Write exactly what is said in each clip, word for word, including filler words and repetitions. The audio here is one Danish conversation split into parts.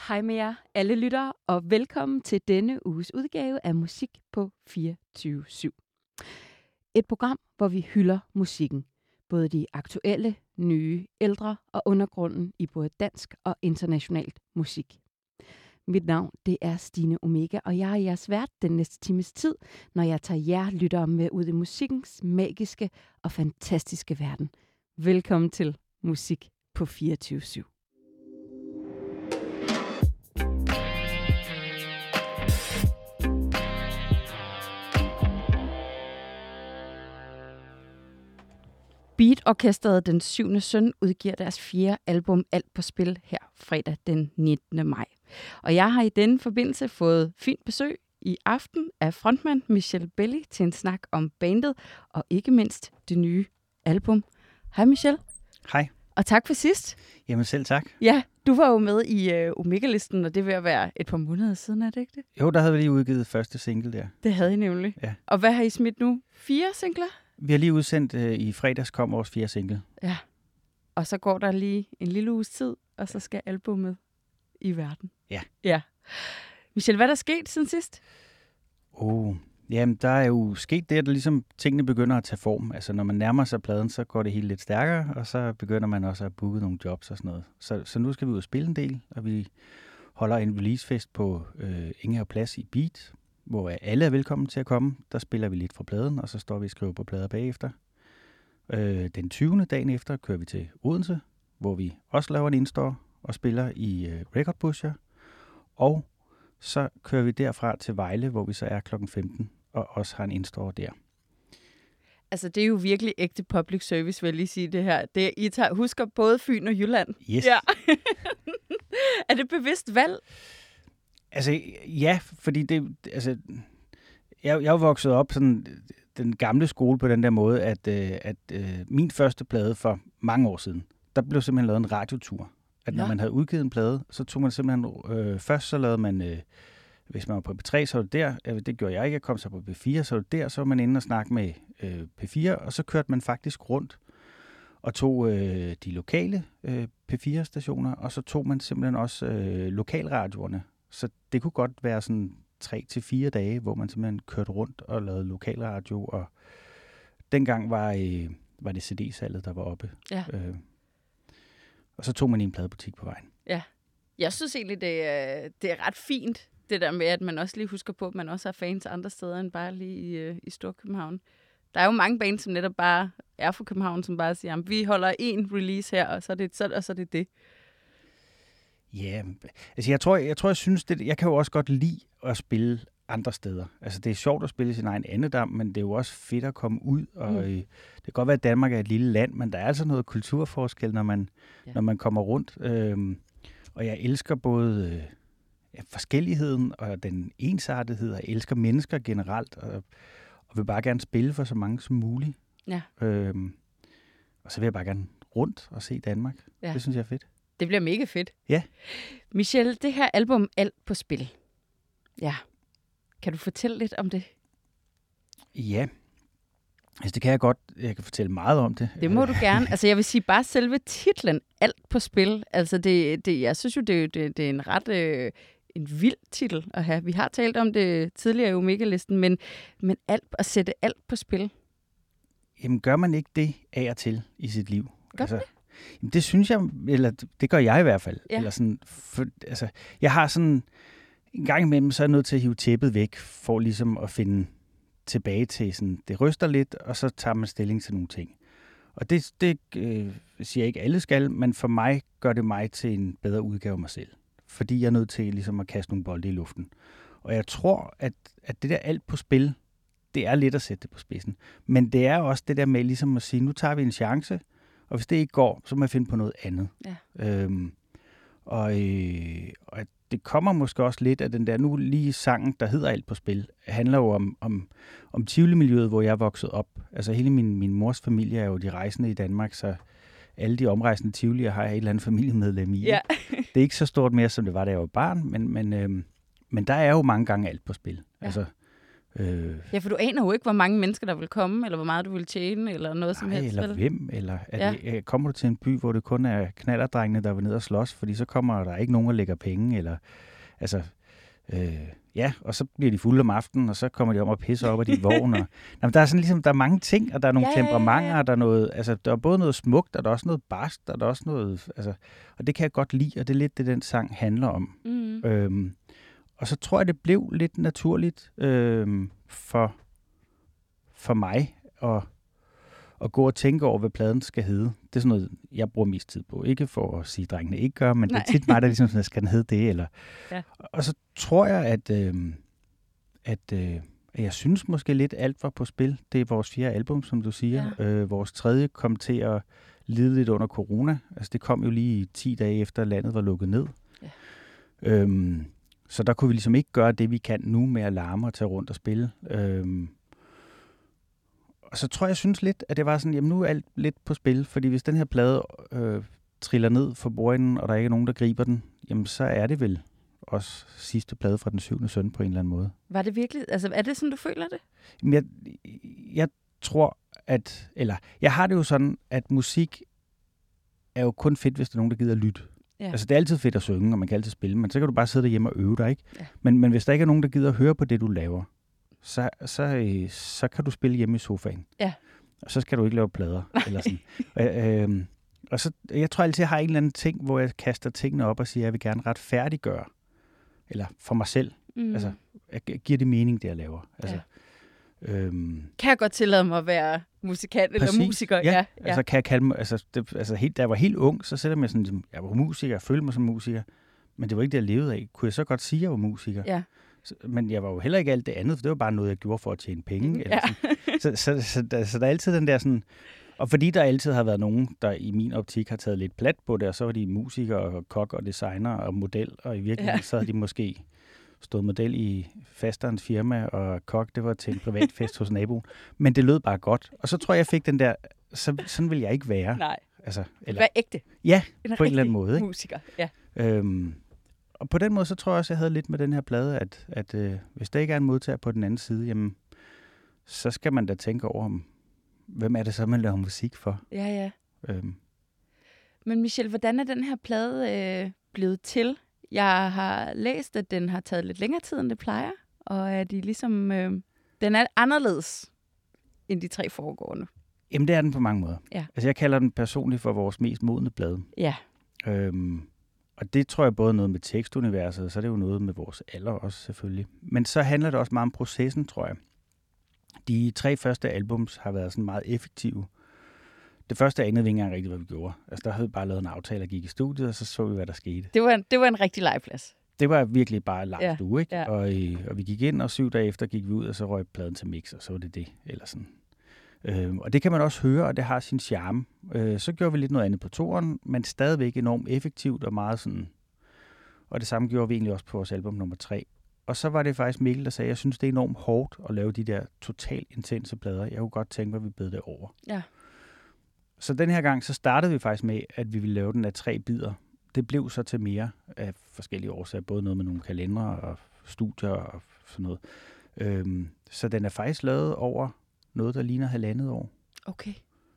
Hej med jer, alle lyttere, og velkommen til denne uges udgave af Musik på fireogtyve syv. Et program, hvor vi hylder musikken. Både de aktuelle, nye, ældre og undergrunden i både dansk og internationalt musik. Mit navn, det er Stine Omega, og jeg er jeres vært den næste times tid, når jeg tager jer lyttere med ud i musikkens magiske og fantastiske verden. Velkommen til Musik på fireogtyve syv. Beat-orkestret Den syvende Søn udgiver deres fjerde album Alt på spil her fredag den nittende maj. Og jeg har i denne forbindelse fået fint besøg i aften af frontmand Michel Belli til en snak om bandet og ikke mindst det nye album. Hej Michel. Hej. Og tak for sidst. Jamen selv tak. Ja, du var jo med i uh, Omega-listen, og det vil være et par måneder siden, er det ikke det? Jo, der havde vi lige udgivet første single der. Det havde I nemlig. Ja. Og hvad har I smidt nu? Fire singler? Vi har lige udsendt øh, i fredags kom vores fjerde single. Ja, og så går der lige en lille uges tid, og så skal albumet i verden. Ja. Ja. Michel, hvad er der sket siden sidst? Oh, jamen, der er jo sket det, at ligesom tingene begynder at tage form. Altså, når man nærmer sig pladen, så går det helt lidt stærkere, og så begynder man også at booke nogle jobs og sådan noget. Så, så nu skal vi ud og spille en del, og vi holder en releasefest på øh, Ingehav Plads i Beat, hvor alle er velkommen til at komme. Der spiller vi lidt fra pladen, og så står vi og skriver på plader bagefter. Øh, den tyvende dagen efter kører vi til Odense, hvor vi også laver en indstår og spiller i øh, Record Pusher. Og så kører vi derfra til Vejle, hvor vi så er klokken femten, og også har en indstår der. Altså, det er jo virkelig ægte public service, vil jeg lige sige det her. Det, I tager, husker både Fyn og Jylland. Yes. Ja. Er det bevidst valg? Altså, ja, fordi det, altså, jeg, jeg er vokset op sådan den gamle skole på den der måde, at, øh, at øh, min første plade for mange år siden, der blev simpelthen lavet en radiotur. At når ja. man havde udgivet en plade, så tog man simpelthen, øh, først så lavede man, øh, hvis man var på P tre, så var det der, øh, det gjorde jeg ikke, jeg kom så på P fire, så var det der, så var man inde og snakke med øh, P fire, og så kørte man faktisk rundt og tog øh, de lokale øh, P fire stationer, og så tog man simpelthen også øh, lokalradioerne. Så det kunne godt være sådan tre til fire dage, hvor man simpelthen kørte rundt og lavede lokalradio, og dengang var, øh, var det C D-salget, der var oppe. Ja. Øh, og så tog man i en pladebutik på vejen. Ja. Jeg synes egentlig, det er, det er ret fint, det der med, at man også lige husker på, at man også har fans andre steder end bare lige i, i Storkøbenhavn. Der er jo mange bands, som netop bare er fra København, som bare siger, at vi holder en release her, og så er det så, og så er det det. Ja, altså jeg tror, jeg tror, jeg synes, det, jeg kan jo også godt lide at spille andre steder. Altså det er sjovt at spille i sin egen andedam, men det er jo også fedt at komme ud. Og mm. øh, det kan godt være, at Danmark er et lille land, men der er altså noget kulturforskel, når man, ja. når man kommer rundt. Øhm, og jeg elsker både øh, ja, forskelligheden og den ensartethed, og jeg elsker mennesker generelt, og, og vil bare gerne spille for så mange som muligt. Ja. Øhm, og så vil jeg bare gerne rundt og se Danmark. Ja. Det synes jeg er fedt. Det bliver mega fedt. Ja. Michel, det her album Alt på spil. Ja. Kan du fortælle lidt om det? Ja. Altså det kan jeg godt. Jeg kan fortælle meget om det. Det må du gerne. Altså jeg vil sige bare selve titlen Alt på spil. Altså det, det jeg synes jo, det, det, det er en ret øh, en vild titel at have. Vi har talt om det tidligere i Omega-listen, men, men alt, at sætte alt på spil. Jamen gør man ikke det af og til i sit liv? Gør altså, det? Jamen, det synes jeg, eller det gør jeg i hvert fald. Ja. Eller sådan, for, altså, jeg har sådan, en gang imellem, så er jeg nødt til at hive tæppet væk, for ligesom at finde tilbage til sådan, det ryster lidt, og så tager man stilling til nogle ting. Og det, det øh, siger jeg ikke alle skal, men for mig gør det mig til en bedre udgave af mig selv. Fordi jeg er nødt til ligesom at kaste nogle bolde i luften. Og jeg tror, at, at det der alt på spil, det er lidt at sætte det på spidsen. Men det er også det der med ligesom at sige, nu tager vi en chance, og hvis det ikke går, så må jeg finde på noget andet. Ja. Øhm, og, øh, og det kommer måske også lidt af den der, nu lige sangen, der hedder Alt på spil, handler jo om, om, om Tivoli-miljøet, hvor jeg er vokset op. Altså hele min, min mors familie er jo de rejsende i Danmark, så alle de omrejsende Tivoli'er har jeg et eller andet familiemedlem i. Ja. Det er ikke så stort mere, som det var, da jeg var barn, men, men, øhm, men der er jo mange gange alt på spil. Ja. Altså, Øh, ja, for du aner jo ikke, hvor mange mennesker, der vil komme, eller hvor meget du vil tjene, eller noget nej, som helst. eller vel? hvem, eller er Ja. det, kommer du til en by, hvor det kun er knallerdrengene, der vil ned og slås, fordi så kommer der ikke nogen, der lægger penge, eller altså... Øh, ja, og så bliver de fulde om aftenen, og så kommer de om at pisse op af dit vogn. Og, jamen, der er sådan ligesom, der er mange ting, og der er nogle Ja, ja, ja, temperamenter, ja. og der er noget, altså, der er både noget smukt, og der er også noget barskt, og der er også noget, altså, og det kan jeg godt lide, og det er lidt det, den sang handler om. Mm. Øhm, og så tror jeg, det blev lidt naturligt øhm, for, for mig at, at gå og tænke over, hvad pladen skal hedde. Det er sådan noget, jeg bruger mest tid på. Ikke for at sige, at drengene ikke gør, men Nej. Det er tit mig, der ligesom sådan, skal den hedde det. Eller. Ja. Og så tror jeg, at, øh, at, øh, at jeg synes måske lidt, alt var på spil. Det er vores fjerde album, som du siger. Ja. Øh, vores tredje kom til at lide lidt under corona. Altså det kom jo lige ti dage efter, landet var lukket ned. Ja. Øhm, så der kunne vi ligesom ikke gøre det, vi kan nu med at larme og tage rundt og spille. Øhm, Og så tror jeg, jeg synes lidt, at det var sådan, jamen nu er alt lidt på spil, fordi hvis den her plade øh, triller ned for bordenden, og der ikke er nogen, der griber den, jamen så er det vel også sidste plade fra den syvende søn på en eller anden måde. Var det virkelig, altså er det sådan, du føler det? Jamen, jeg, jeg tror, at, eller jeg har det jo sådan, at musik er jo kun fedt, hvis der er nogen, der gider at lytte. Ja. Altså det er altid fedt at synge, og man kan altid spille, men så kan du bare sidde derhjemme og øve dig, ikke? Ja. Men, men hvis der ikke er nogen, der gider at høre på det, du laver, så, så, så kan du spille hjemme i sofaen. Ja. Og så skal du ikke lave plader. Eller sådan. Og, øh, og så, jeg tror altid, jeg har en eller anden ting, hvor jeg kaster tingene op og siger, at jeg vil gerne retfærdiggøre. Eller for mig selv. Mm. Altså, jeg, giver det mening, det jeg laver? Altså, Ja. øhm, Kan jeg godt tillade mig at være musikant eller præcis. musiker? Ja, Ja, ja. ja. Altså kan jeg kalde mig, altså, det, altså helt, da jeg var helt ung, så sætter jeg mig sådan, ligesom, jeg var musiker, jeg følte mig som musiker, men det var ikke det, jeg levede af. Kunne jeg så godt sige, at jeg var musiker? Ja. Men jeg var jo heller ikke alt det andet, for det var bare noget, jeg gjorde for at tjene penge. Mm, eller sådan. så, så, så, der, så der er altid den der sådan... Og fordi der altid har været nogen, der i min optik har taget lidt plat på det, og så var de musikere og kok og designer og model, og i virkeligheden ja. så havde de måske stået model i fasterens firma, og kok, det var til en privat fest hos naboen. Men det lød bare godt. Og så tror jeg, jeg fik den der... Så, sådan vil jeg ikke være. Nej. Altså, eller, Vær ægte. Ja, en på en eller anden måde. Ikke? Musiker, ja. Øhm, Og på den måde, så tror jeg også, jeg havde lidt med den her plade, at, at øh, hvis der ikke er en modtager på den anden side, jamen, så skal man da tænke over, om, hvem er det så, man laver musik for? Ja, ja. Øhm. Men Michelle, hvordan er den her plade øh, blevet til? Jeg har læst, at den har taget lidt længere tid, end det plejer, og at de ligesom, øh, den er anderledes end de tre foregående. Jamen, det er den på mange måder. Ja. Altså, jeg kalder den personligt for vores mest modne plade. Ja. Øhm. Og det tror jeg både noget med tekstuniverset, og så er det jo noget med vores alder også selvfølgelig. Men så handler det også meget om processen, tror jeg. De tre første albums har været sådan meget effektive. Det første anede vi ikke engang rigtigt, hvad vi gjorde. Altså der havde vi bare lavet en aftale og gik i studiet, og så så vi, hvad der skete. Det var en, det var en rigtig legeplads. Det var virkelig bare langt ja. uge, ikke? Ja. Og, og vi gik ind, og syv dage efter gik vi ud, og så røg pladen til mix, og så var det det. Eller sådan. Øhm, og det kan man også høre, og det har sin charme. Øh, så gjorde vi lidt noget andet på toeren, men stadigvæk enormt effektivt og meget sådan... Og det samme gjorde vi egentlig også på vores album nummer tre. Og så var det faktisk Mikkel, der sagde, jeg synes, det er enormt hårdt at lave de der totalt intense plader. Jeg kunne godt tænke mig, at vi bed det over. Ja. Så den her gang, så startede vi faktisk med, at vi ville lave den af tre bidder. Det blev så til mere af forskellige årsager. Både noget med nogle kalendere og studier og sådan noget. Øhm, så den er faktisk lavet over noget, der ligner halvandet år. Okay.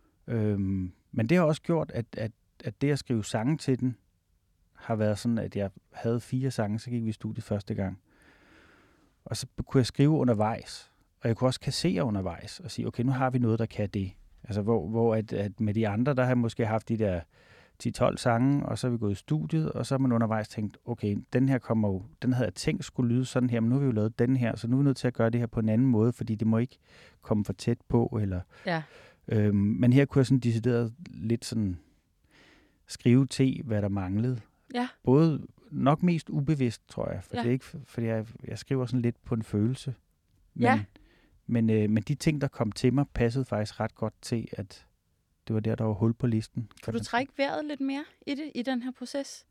Øhm, men det har også gjort, at, at, at det at skrive sange til den, har været sådan, at jeg havde fire sange, så gik vi i studiet første gang. Og så kunne jeg skrive undervejs, og jeg kunne også kassere undervejs, og sige, okay, nu har vi noget, der kan det. Altså, hvor, hvor at, at med de andre, der har jeg måske haft de der ti tolv sange, og så er vi gået i studiet, og så har man undervejs tænkt, okay, den her kommer jo, den havde jeg tænkt skulle lyde sådan her, men nu har vi jo lavet den her, så nu er vi nødt til at gøre det her på en anden måde, fordi det må ikke komme for tæt på, eller... Ja. Øhm, men her kunne jeg sådan decideret lidt sådan skrive til, hvad der manglede. Ja. Både nok mest ubevidst, tror jeg, for ja. det er ikke, fordi jeg, jeg skriver sådan lidt på en følelse. Men, ja. men, øh, men de ting, der kom til mig, passede faktisk ret godt til, at det var der, der var hul på listen. Kan du trække vejret lidt mere i det, i den her proces?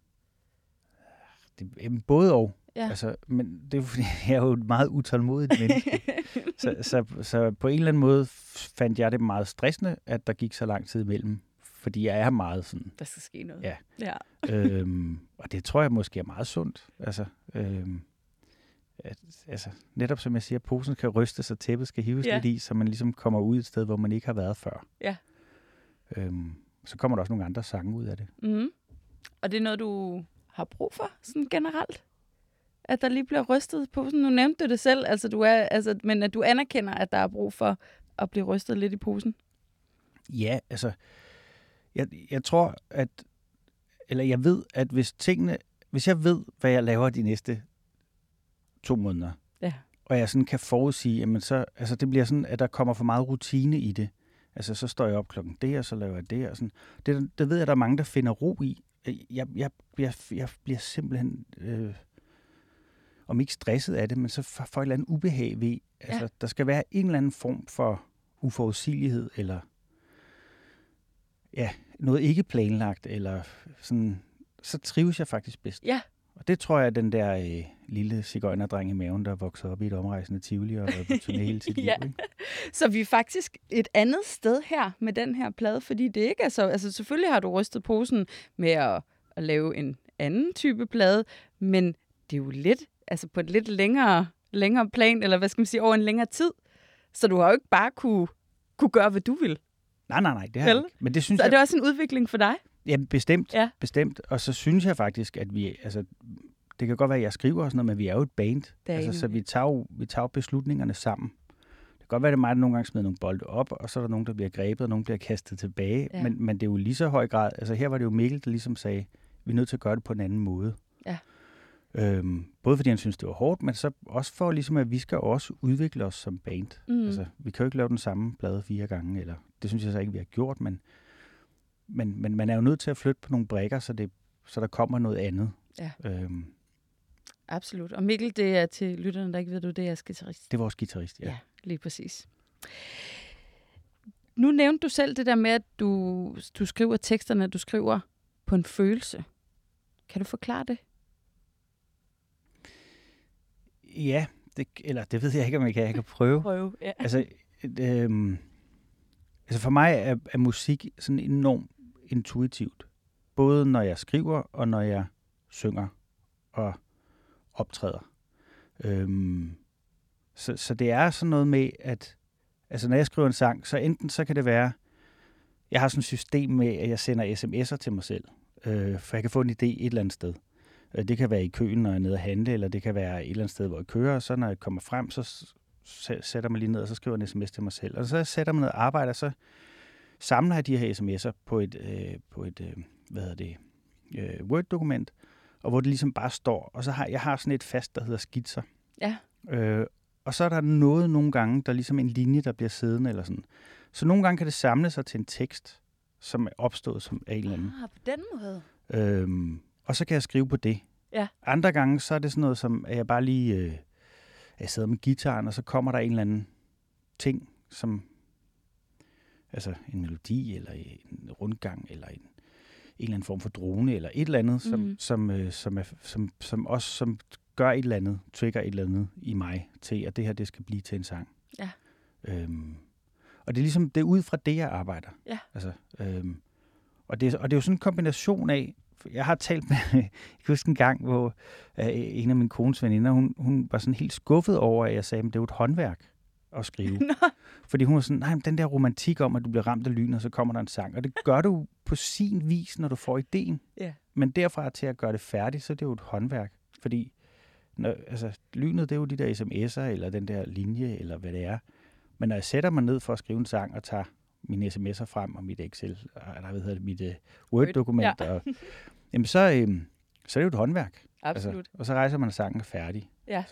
Det, jamen, både og. Ja. Altså, men det er fordi, jeg er jo et meget utålmodigt menneske. så, så, så på en eller anden måde fandt jeg det meget stressende, at der gik så lang tid imellem. Fordi jeg er meget sådan... Der skal ske noget. Ja. ja. øhm, og det tror jeg måske er meget sundt. Altså, øhm, at, altså, netop som jeg siger, posen kan rystes, og tæppet skal hives Ja. lidt i, så man ligesom kommer ud et sted, hvor man ikke har været før. Ja. Øhm, så kommer der også nogle andre sange ud af det. Mm. Og det er noget, du har brug for, sådan generelt? At der lige bliver rystet på posen? Nu nævnte du det selv, altså, du er, altså, men at du anerkender, at der er brug for at blive rystet lidt i posen? Ja, altså, jeg, jeg tror, at, eller jeg ved, at hvis tingene, hvis jeg ved, hvad jeg laver de næste to måneder, Ja. og jeg sådan kan forudsige, jamen så, altså det bliver sådan, at der kommer for meget rutine i det. Altså, så står jeg op klokken det, og så laver jeg det, og sådan. Det, det ved jeg, der er mange, der finder ro i. Jeg, jeg, jeg, jeg bliver simpelthen, øh, om ikke stresset af det, men så får jeg et eller andet ubehag ved. Altså, ja. Der skal være en eller anden form for uforudsigelighed, eller ja, noget ikke planlagt, eller sådan, så trives jeg faktisk bedst. Ja. Og det tror jeg, den der øh, lille cigøjnerdreng i maven, der voksede op i et omrejsende Tivoli og været på turné hele sit Ja. liv. Ikke? Så vi er faktisk et andet sted her med den her plade, fordi det ikke er så... Altså selvfølgelig har du rystet posen med at, at lave en anden type plade, men det er jo lidt, altså på et lidt længere, længere plan, eller hvad skal man sige, over en længere tid. Så du har jo ikke bare kunne, kunne gøre, hvad du vil. Nej, nej, nej, det har jeg ikke. Men det synes så er jeg... det også en udvikling for dig? Ja, bestemt. Ja. Bestemt. Og så synes jeg faktisk, at vi... Altså, det kan godt være, at jeg skriver og sådan noget, men vi er jo et band. Altså, så vi tager, jo, vi tager jo beslutningerne sammen. Det kan godt være, at det er mig, der nogle gange smider nogle bolde op, og så er der nogen, der bliver grebet, og nogen bliver kastet tilbage. Ja. Men, men det er jo lige så høj grad... Altså, her var det jo Mikkel, der ligesom sagde, vi er nødt til at gøre det på en anden måde. Ja. Øhm, både fordi han synes, det var hårdt, men så også for ligesom, at vi skal også udvikle os som band. Mm. Altså, vi kan jo ikke lave den samme plade fire gange, eller det synes jeg så ikke, vi har gjort, men, men, men man er jo nødt til at flytte på nogle brikker, så, det, så der kommer noget andet. Ja. Øhm, Absolut. Og Mikkel, det er til lytterne, der ikke ved, du, det er jeres guitarist. Det er vores guitarist, ja. Ja, lige præcis. Nu nævnte du selv det der med, at du, du skriver teksterne, du skriver på en følelse. Kan du forklare det? Ja, det, eller det ved jeg ikke, om jeg kan, jeg kan prøve. Prøve, ja. Altså, øhm, altså for mig er, er musik sådan enormt intuitivt. Både når jeg skriver, og når jeg synger og optræder. Øhm, så, så det er sådan noget med, at altså når jeg skriver en sang, så enten så kan det være, jeg har sådan et system med, at jeg sender sms'er til mig selv, øh, for jeg kan få en idé et eller andet sted. Det kan være i køen, når jeg er nede at handle, eller det kan være et eller andet sted, hvor jeg kører, og så når jeg kommer frem, så sætter mig lige ned, og så skriver jeg en sms til mig selv. Og så sætter man ned og arbejder, så samler jeg de her sms'er på et, øh, på et øh, hvad hedder det, øh, Word-dokument, og hvor det ligesom bare står. Og så har jeg har sådan et fast, der hedder skitser. Ja. Øh, og så er der noget nogle gange, der er ligesom en linje, der bliver siddende, eller sådan. Så nogle gange kan det samle sig til en tekst, som er opstået som af en eller anden. Ah, på den måde. Øhm, og så kan jeg skrive på det. Ja. Andre gange, så er det sådan noget som, at jeg bare lige, øh, jeg sidder med guitaren, og så kommer der en eller anden ting, som, altså en melodi, eller en rundgang, eller en, en eller anden form for drone, eller et eller andet, som, mm. som, øh, som, er, som, som også som gør et eller andet, trigger et eller andet i mig, til at det her, det skal blive til en sang. Ja. Øhm, og det er ligesom, det er ud fra det, jeg arbejder. Ja. Altså, øhm, og, det, og det er jo sådan en kombination af, jeg har talt med, jeg kan huske en gang, hvor uh, en af mine kones veninder, hun, hun var sådan helt skuffet over, at jeg sagde, at det er jo et håndværk at skrive. Nå. Fordi hun var sådan, nej, men den der romantik om, at du bliver ramt af lyn, og så kommer der en sang. Og det gør du på sin vis, når du får ideen. Ja. Men derfra til at gøre det færdigt, så er det jo et håndværk. Fordi når, altså, lynet, det er jo de der sms'er, eller den der linje, eller hvad det er. Men når jeg sætter mig ned for at skrive en sang, og tager mine sms'er frem, og mit Excel, eller hvad hedder det, mit uh, Word-dokument, ja. og, jamen så, øhm, så er det jo et håndværk. Absolut. Altså, og så rejser man, og sangen er færdig. Ja. Altså.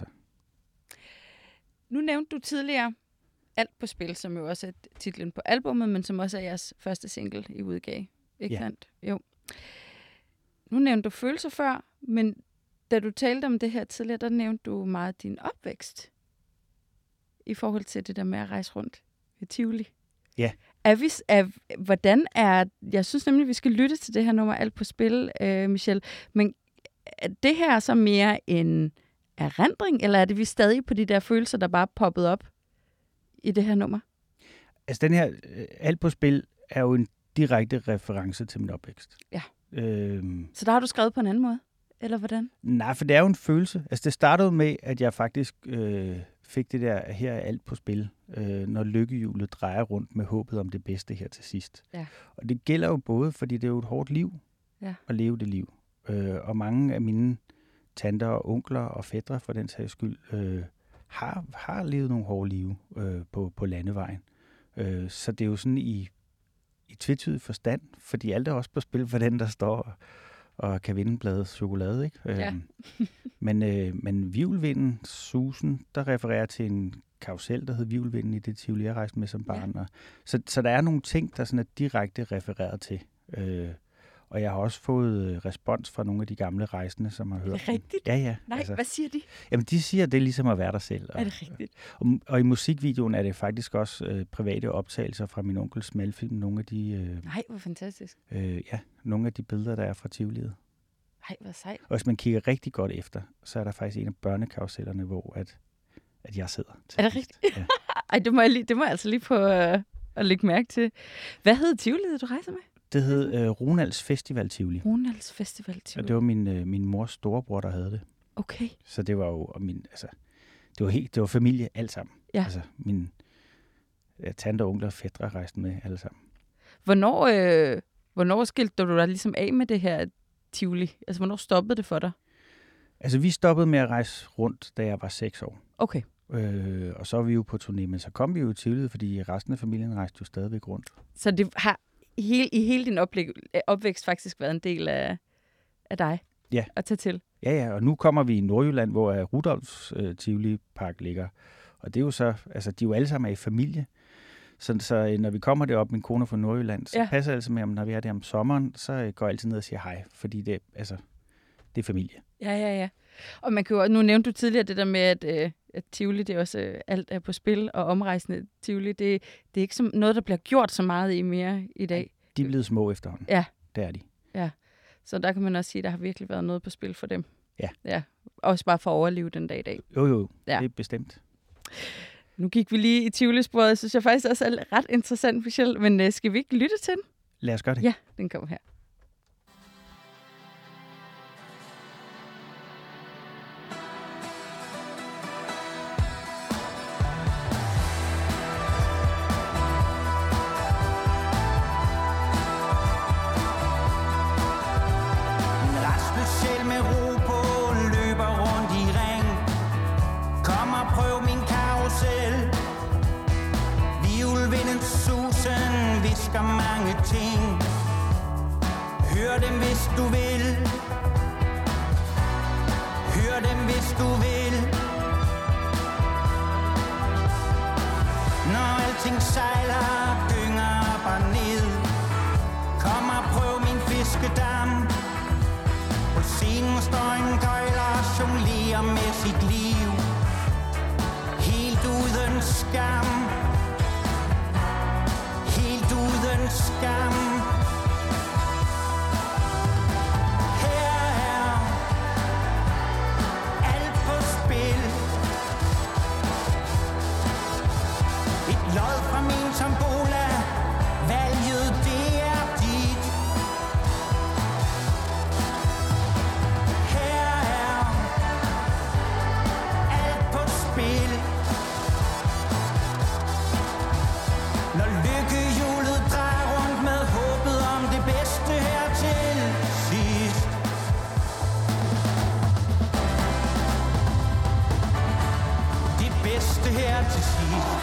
Nu nævnte du tidligere Alt på spil, som jo også er titlen på albumet, men som også er jeres første single i udgave. Ikke ja. sandt? Jo. Nu nævnte du følelser før, men da du talte om det her tidligere, der nævnte du meget din opvækst i forhold til det der med at rejse rundt i Tivoli. Ja. Er vi, er, hvordan er... Jeg synes nemlig, vi skal lytte til det her nummer Alt på spil, øh, Michelle. Men er det her så mere en erindring, eller er det vi stadig på de der følelser, der bare poppet op i det her nummer? Altså den her øh, Alt på spil er jo en direkte reference til min opvækst. Ja. Øhm, så der har du skrevet på en anden måde? eller hvordan? Nej, for det er jo en følelse. Altså, det startede med, at jeg faktisk øh, fik det der, her er alt på spil, øh, når lykkehjulet drejer rundt med håbet om det bedste her til sidst. Ja. Og det gælder jo både, fordi det er jo et hårdt liv ja. at leve det liv. Øh, og mange af mine tanter og onkler og fætre, for den sags skyld, øh, har, har levet nogle hårde liv øh, på, på landevejen. Øh, så det er jo sådan i, i tvetydig forstand, fordi alt er også på spil for den, der står og kan vinde bladet chokolade, ikke? Ja. Øhm, men, øh, men Hvirvelvinden, Susen, der refererer til en karusel, der hed Hvirvelvinden i det Tivoli, jeg rejste med som barn. Ja. Og, så, så der er nogle ting, der sådan er direkte refereret til. Øh, og jeg har også fået øh, respons fra nogle af de gamle rejsende, som har hørt. Er det rigtigt? Ja, ja. Nej, altså, hvad siger de? Jamen, de siger, at det er ligesom at være der selv. Og, er det rigtigt? Og, og, og i musikvideoen er det faktisk også øh, private optagelser fra min onkels smalfilm. Nogle af de... Øh, Nej, hvor fantastisk. Øh, ja, nogle af de billeder, der er fra Tivoliet. Nej, hvor sejt. Og hvis man kigger rigtig godt efter, så er der faktisk en af børnekarusellerne, hvor at, at jeg sidder. Er det rigtigt? Ja. Ej, det må, jeg lige, det må jeg altså lige på øh, at lægge mærke til. Hvad hed Tivoliet, du rejser med? Det hed øh, Ronalds Festival Tivoli. Ronalds Festival Tivoli. Og det var min, øh, min mors storebror, der havde det. Okay. Så det var jo og min, altså, det var helt, det var familie alt sammen. Ja. Altså min ja, tante, onkler og fætre rejste med alle sammen. Hvornår, øh, hvornår skilte du dig ligesom af med det her Tivoli? Altså, hvornår stoppede det for dig? Altså, vi stoppede med at rejse rundt, da jeg var seks år. Okay. Øh, og så var vi jo på turné, men så kom vi jo til Tivoli, fordi resten af familien rejste jo stadigvæk rundt. Så det har hele, i hele din oplæg, opvækst faktisk været en del af, af dig? Ja. At tage til? Ja, ja, og nu kommer vi i Nordjylland, hvor Rudolfs øh, Tivoli Park ligger. Og det er jo så, altså, de er jo alle sammen er i familie. Så, så når vi kommer derop, min kone fra Nordjylland, så ja. passer det altså med, at når vi er der om sommeren, så går jeg altid ned og siger hej, fordi det, altså, det er familie. Ja, ja, ja. Og man kan jo, nu nævnte du tidligere det der med, at, øh, at Tivoli, det er også øh, alt er på spil, og omrejsende Tivoli, det, det er ikke som noget, der bliver gjort så meget i mere i dag. De er blevet små efterhånden. Ja. Det er de. Ja. Så der kan man også sige, at der har virkelig været noget på spil for dem. Ja. Ja. Også bare for at overleve den dag i dag. Jo, jo. Ja. Det er bestemt. Nu gik vi lige i Tivoli-sporet. Jeg synes jeg faktisk også er ret interessant, Michelle. Men øh, skal vi ikke lytte til den? Lad os gøre det. Ja, den kommer her. Mange ting. Hør dem, hvis du vil. Hør dem, hvis du vil. Når alting sejler, gynger op og ned. Kom og prøv min fiskedam. På scenen står en gøjler og jonglerer med sit liv. Helt uden skam. Skam. Her er alt på spil. Et lod fra min tombola. Valget, det er dit. Her er alt på spil. Når lykkehjulet drejer rundt med håbet om det bedste her til sidst. Det bedste her til sidst.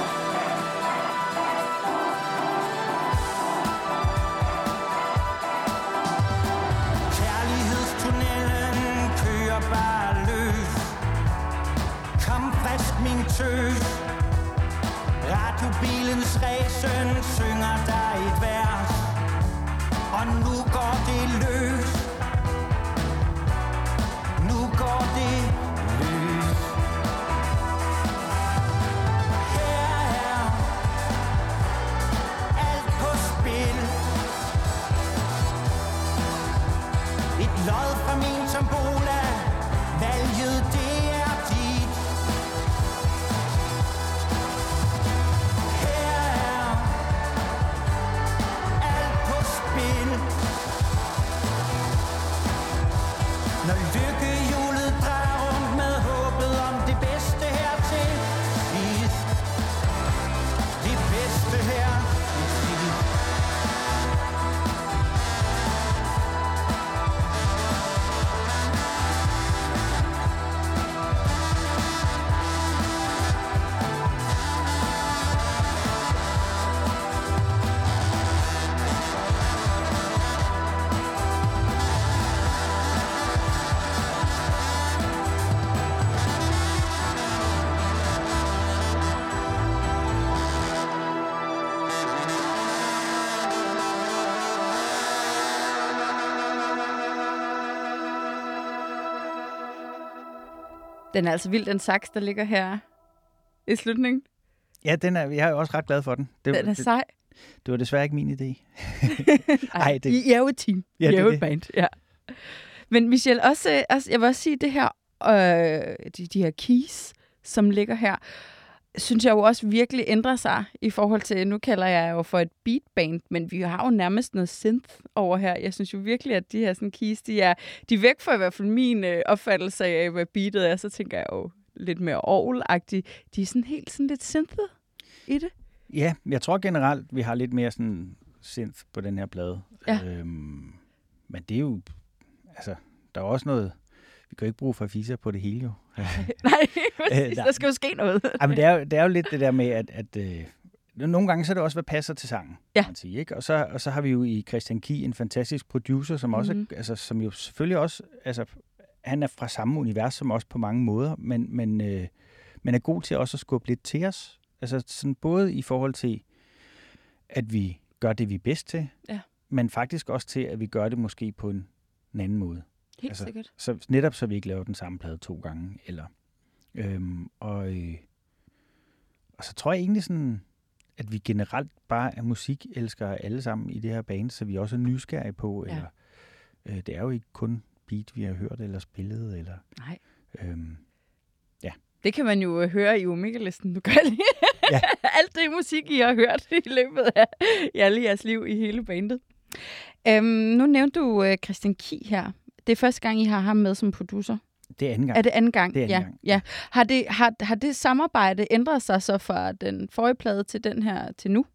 Kærlighedstunnelen kører bare løs. Kom frisk min tøs. Radiobilens ræsen synger dig et vers, og nu går det løs. Nu går det løs. Her er alt på spil. Et lod fra min tombola. Valget, det er dit. Når Den er altså vild, den sax, der ligger her i slutningen. Ja, den er, jeg er også ret glad for den. Det, Den er det, sej. det var desværre ikke min idé. Ej, det... I er jo et team. Ja, I er jo det- et band, ja. Men Michelle, også, også, jeg vil også sige, det her, øh, de, de her keys, som ligger her, synes jeg jo også virkelig ændrer sig i forhold til, nu kalder jeg jo for et beatband, men vi har jo nærmest noget synth over her. Jeg synes jo virkelig, at de her sådan, keys, de er, de er væk fra i hvert fald min øh, opfattelse af, hvad beatet er. Så tænker jeg jo lidt mere orgelagtigt. De er sådan helt sådan lidt synthet i det. Ja, jeg tror generelt, vi har lidt mere sådan synth på den her plade. Ja. Øhm, men det er jo, altså, der er også noget, vi kan jo ikke bruge Farfisa på det hele jo. Nej, præcis. nej. Der skal jo ske noget. Ej, men det er, jo, det er jo lidt det der med, at, at øh, nogle gange så er det også, hvad passer til sangen, Ja. kan man sige, ikke? Og så, og så har vi jo i Christian Key en fantastisk producer, som også, Mhm. altså, som jo selvfølgelig også, altså, han er fra samme univers som os på mange måder, men, men, øh, men er god til også at skubbe lidt til os. Altså sådan både i forhold til, at vi gør det, vi er bedst til, Ja. men faktisk også til, at vi gør det måske på en, en anden måde. Helt Altså, sikkert. Så netop så vi ikke laver den samme plade to gange. Eller, øhm, og, øh, og så tror jeg egentlig sådan, at vi generelt bare er musikelskere alle sammen i det her band, så vi også er nysgerrige på, Ja. eller øh, det er jo ikke kun beat, vi har hørt eller spillet, eller Nej. øhm, Det kan man jo øh, høre i Omega-listen, du gør lige. Ja. Alt det musik, I har hørt i løbet af i alle jeres liv i hele bandet. Øhm, nu nævnte du øh, Christian Key her. Det er første gang, I har ham med som producer. det er anden gang. Er det anden gang? Det er anden ja. gang. Ja. Har, det, har, har det samarbejde ændret sig så fra den forrige plade til den her til nu?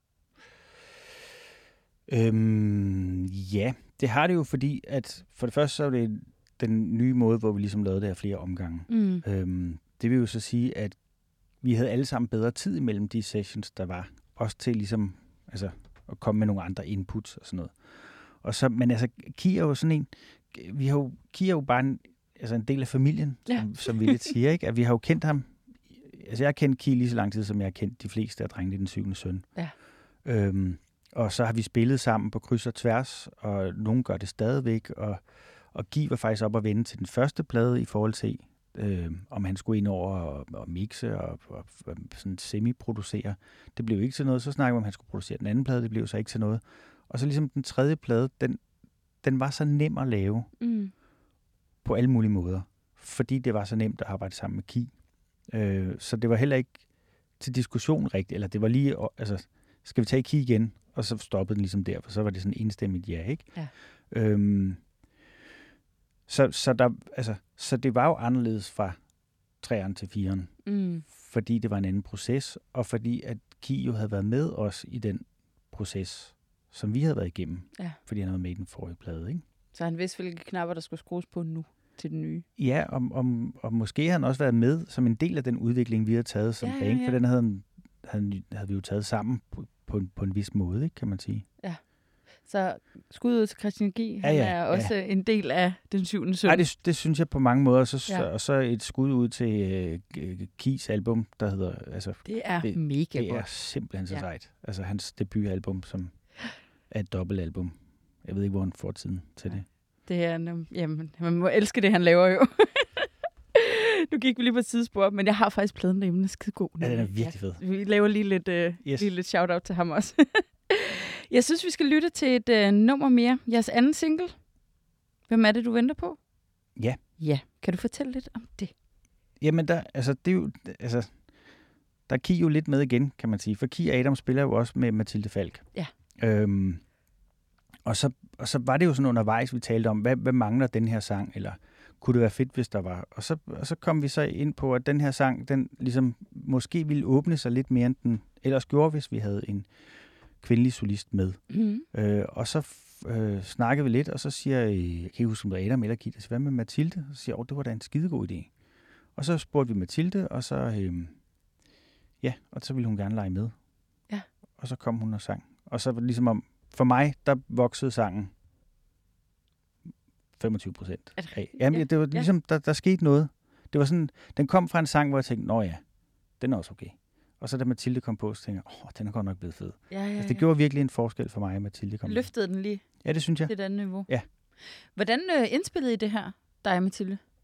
Øhm, ja, det har det jo, fordi at for det første så er det den nye måde, hvor vi ligesom lavede det her flere omgange. Mm. Øhm, det vil jo så sige, at vi havde alle sammen bedre tid imellem de sessions, der var. Også til ligesom, altså, at komme med nogle andre inputs og sådan noget. Og så, men altså, Key er jo sådan en, vi har jo, Key er jo bare en, altså en del af familien, Ja. som, som vi lidt siger, ikke? At vi har jo kendt ham, altså jeg har kendt Key lige så lang tid, som jeg har kendt de fleste af drengene i Den syvende søn. Ja. Øhm, og så har vi spillet sammen på kryds og tværs, og nogen gør det stadigvæk, og, og Guy var faktisk op og vende til den første plade i forhold til, øh, om han skulle ind over og, og mixe og, og, og sådan semi-producere. Det blev ikke til noget. Så snakkede vi om, at han skulle producere den anden plade. Det blev så ikke til noget. Og så ligesom den tredje plade, den, den var så nem at lave Mm. på alle mulige måder, fordi det var så nemt at arbejde sammen med Key. Øh, så det var heller ikke til diskussion rigtigt, eller det var lige, altså, skal vi tage Key igen? Og så stoppede den ligesom der, for så var det sådan enstemmigt ja, ikke? Ja. Øhm, så, så, der, altså, så det var jo anderledes fra treeren til fireren, Mm. fordi det var en anden proces, og fordi at Key jo havde været med os i den proces, som vi havde været igennem, Ja. fordi han havde været med i den forrige plade, ikke? Så han vidste, hvilke knapper, der skulle skrues på nu til den nye. Ja, og, og, og måske har han også været med som en del af den udvikling, vi har taget som Ja, ja, band, ja. for den havde, han- havde, havde vi jo taget sammen på, på, en, på en vis måde, ikke, kan man sige. Så skud ud til Christian G. Han Ja, ja, er også ja. en del af den syvende søn. Nej, det, det synes jeg på mange måder. Så, Ja. ja. Og så et skud ud til øh, Keys album, der hedder, altså, Det er Det- mega det er godt. simpelthen så Ja. sejt. Altså hans debutalbum, som er et dobbeltalbum. Jeg ved ikke, hvor han får tiden til Ja. det. Det er, en, jamen, man må elske det, han laver jo. Nu gik vi lige på et sidespor, men jeg har faktisk pladen derhjemme, den er skide god. Ja, den er virkelig fed. Vi laver lige lidt, uh, Yes. lige lidt shout-out til ham også. Jeg synes, vi skal lytte til et uh, nummer mere. Jeres anden single. Hvem er det, du venter på? Ja. Ja, kan du fortælle lidt om det? Jamen, der, altså, det er jo, altså, der er Key jo lidt med igen, kan man sige. For Key og Adam spiller jo også med Mathilde Falk. Ja. Øhm, og, så, og så var det jo sådan undervejs, vi talte om, hvad, hvad mangler den her sang, eller kunne det være fedt, hvis der var. Og så, og så kom vi så ind på, at den her sang, den ligesom måske ville åbne sig lidt mere, end den ellers gjorde, hvis vi havde en kvindelig solist med. Mm. Øh, og så øh, snakkede vi lidt, og så siger jeg, jeg kan ikke huske, om det var Adam eller Key, hvad med Mathilde? Og så siger jeg, åh, det var da en skidegod idé. Og så spurgte vi Mathilde, og så, øh, ja, og så ville hun gerne lege med. Ja. Og så kom hun og sang. Og så var det ligesom om, for mig, der voksede sangen femogtyve procent Er det af. Jamen, Ja, ja, det var ja. ligesom, der, der skete noget. Det var sådan, den kom fra en sang, hvor jeg tænkte, nå ja, den er også okay. Og så da Mathilde kom på, så tænkte jeg, åh, den er godt nok blevet fed. Ja, ja, ja. Altså, det gjorde virkelig en forskel for mig, at Mathilde kom med. Løftede den lige Ja, det synes jeg. til et andet niveau. Ja. Hvordan øh, indspillede I det her, dig og Mathilde?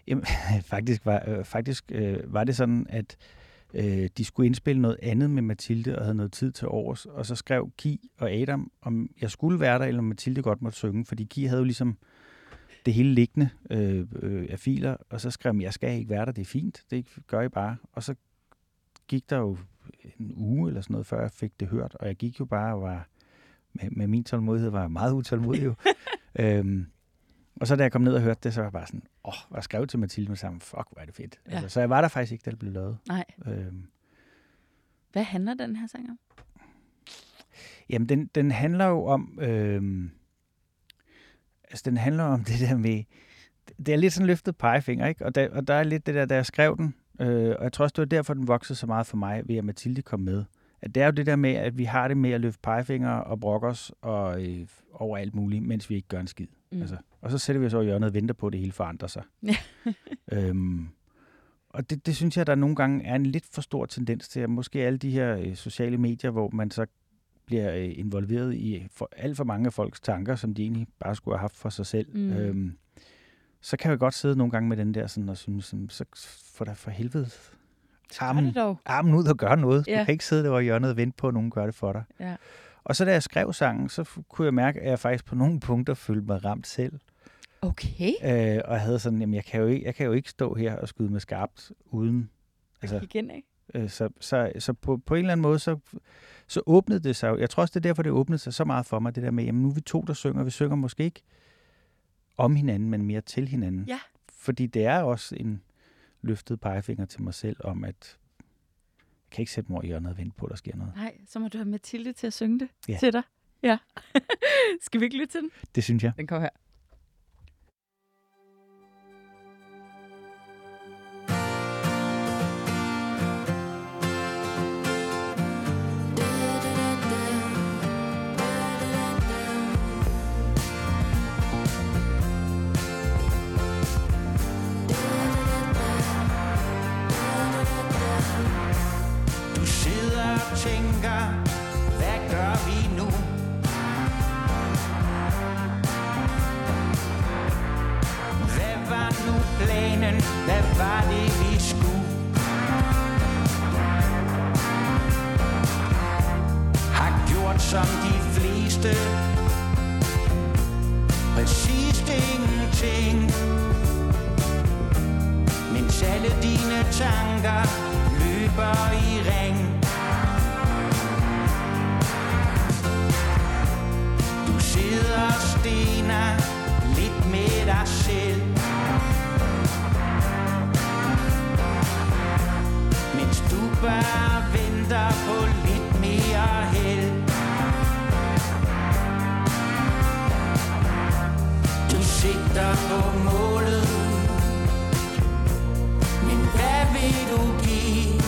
Jamen, faktisk var, øh, faktisk, øh, var det sådan, at øh, de skulle indspille noget andet med Mathilde og havde noget tid til overs, og så skrev Ki og Adam, om jeg skulle være der, eller om Mathilde godt måtte synge, fordi Ki havde jo ligesom det hele liggende øh, øh, af filer, og så skrev jeg, jeg skal ikke være der, det er fint, det gør I bare. Og så gik der jo en uge eller sådan noget, før jeg fik det hørt, og jeg gik jo bare og var, med, med min tålmodighed, var jeg meget utålmodig jo. øhm, og så da jeg kom ned og hørte det, så var jeg bare sådan, åh, oh, og skrev til Mathilde med sammen, fuck, hvor er det fedt. Ja. Altså, så jeg var der faktisk ikke, da det blev lavet. Nej. Øhm, Hvad handler den her sang om? Jamen, den, den handler jo om, øhm, altså den handler om det der med, det er lidt sådan løftet pegefinger, ikke? Og der, og der er lidt det der, da jeg skrev den, øh, og jeg tror også, det var derfor, den voksede så meget for mig, ved at Mathilde kom med. At det er jo det der med, at vi har det med at løfte pegefinger og brokke os og, øh, over alt muligt, mens vi ikke gør en skid. Mm. Altså, og så sætter vi os over i hjørnet og venter på, at det hele forandrer sig. øhm, og det, det synes jeg, der nogle gange er en lidt for stor tendens til, at måske alle de her øh, sociale medier, hvor man så bliver øh, involveret i for, alt for mange af folks tanker, som de egentlig bare skulle have haft for sig selv. Mm. Øhm, så kan jeg godt sidde nogle gange med den der sådan, og synes, sådan, så får der for helvede armen, armen ud og gøre noget. Ja. Du kan ikke sidde der over i hjørnet og vente på, at nogen gør det for dig. Ja. Og så da jeg skrev sangen, så kunne jeg mærke, at jeg faktisk på nogle punkter følte mig ramt selv. Okay. Øh, og jeg havde sådan, jamen jeg kan, jo ikke, jeg kan jo ikke stå her og skyde med skarpt uden. Altså, igen, ikke? Øh, så så, så på, på en eller anden måde, så, så åbnede det sig. Jeg tror også, det er derfor, det åbnede sig så meget for mig, det der med, jamen nu er vi to, der synger. Vi synger måske ikke om hinanden, men mere til hinanden. Ja. Fordi det er også en løftet pegefinger til mig selv om, at jeg kan ikke sætte mig over i hjørnet og vente på, at der sker noget. Nej, så må du have Mathilde til at synge det ja. til dig. Ja. Skal vi ikke lytte til den? Det synes jeg. Den kommer her. Tænker, hvad gør vi nu? Hvad var nu planen? Hvad var det, vi skulle? Har gjort som de fleste, præcis ingenting, mens alle dine tanker løber i ring. Sidder og stener lidt med dig selv, mens du bare venter på lidt mere held. Du sigter på målet, men hvad vil du give?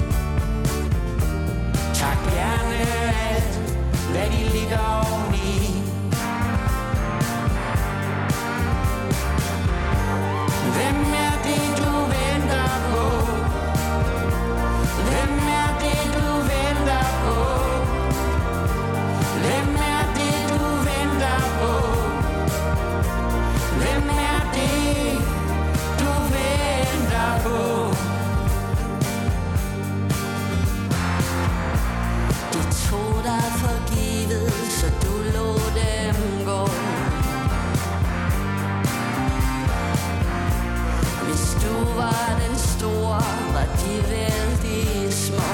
Tak gerne alt, hvad de ligger oveni. Hvem er det, du venter på? Hvem er det, du venter på? Hvem er det, du venter på? Hvem er det, du venter på? De tog dig for givet, så du lod dem gå. Hvis du var den store, var de vældig små.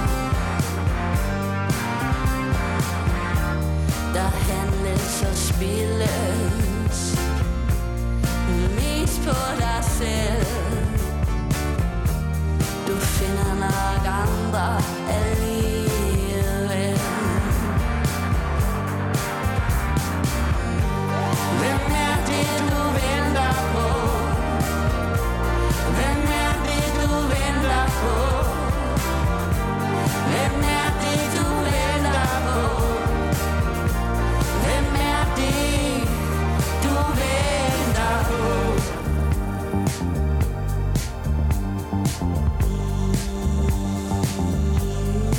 Der handles og spilles mest på dig selv. Du finder nok andre alligevel. Hvem er det, du venter på? Hvem er det, du venter på? Hvem er det, du venter på? Hvem er det, du venter på? Mm.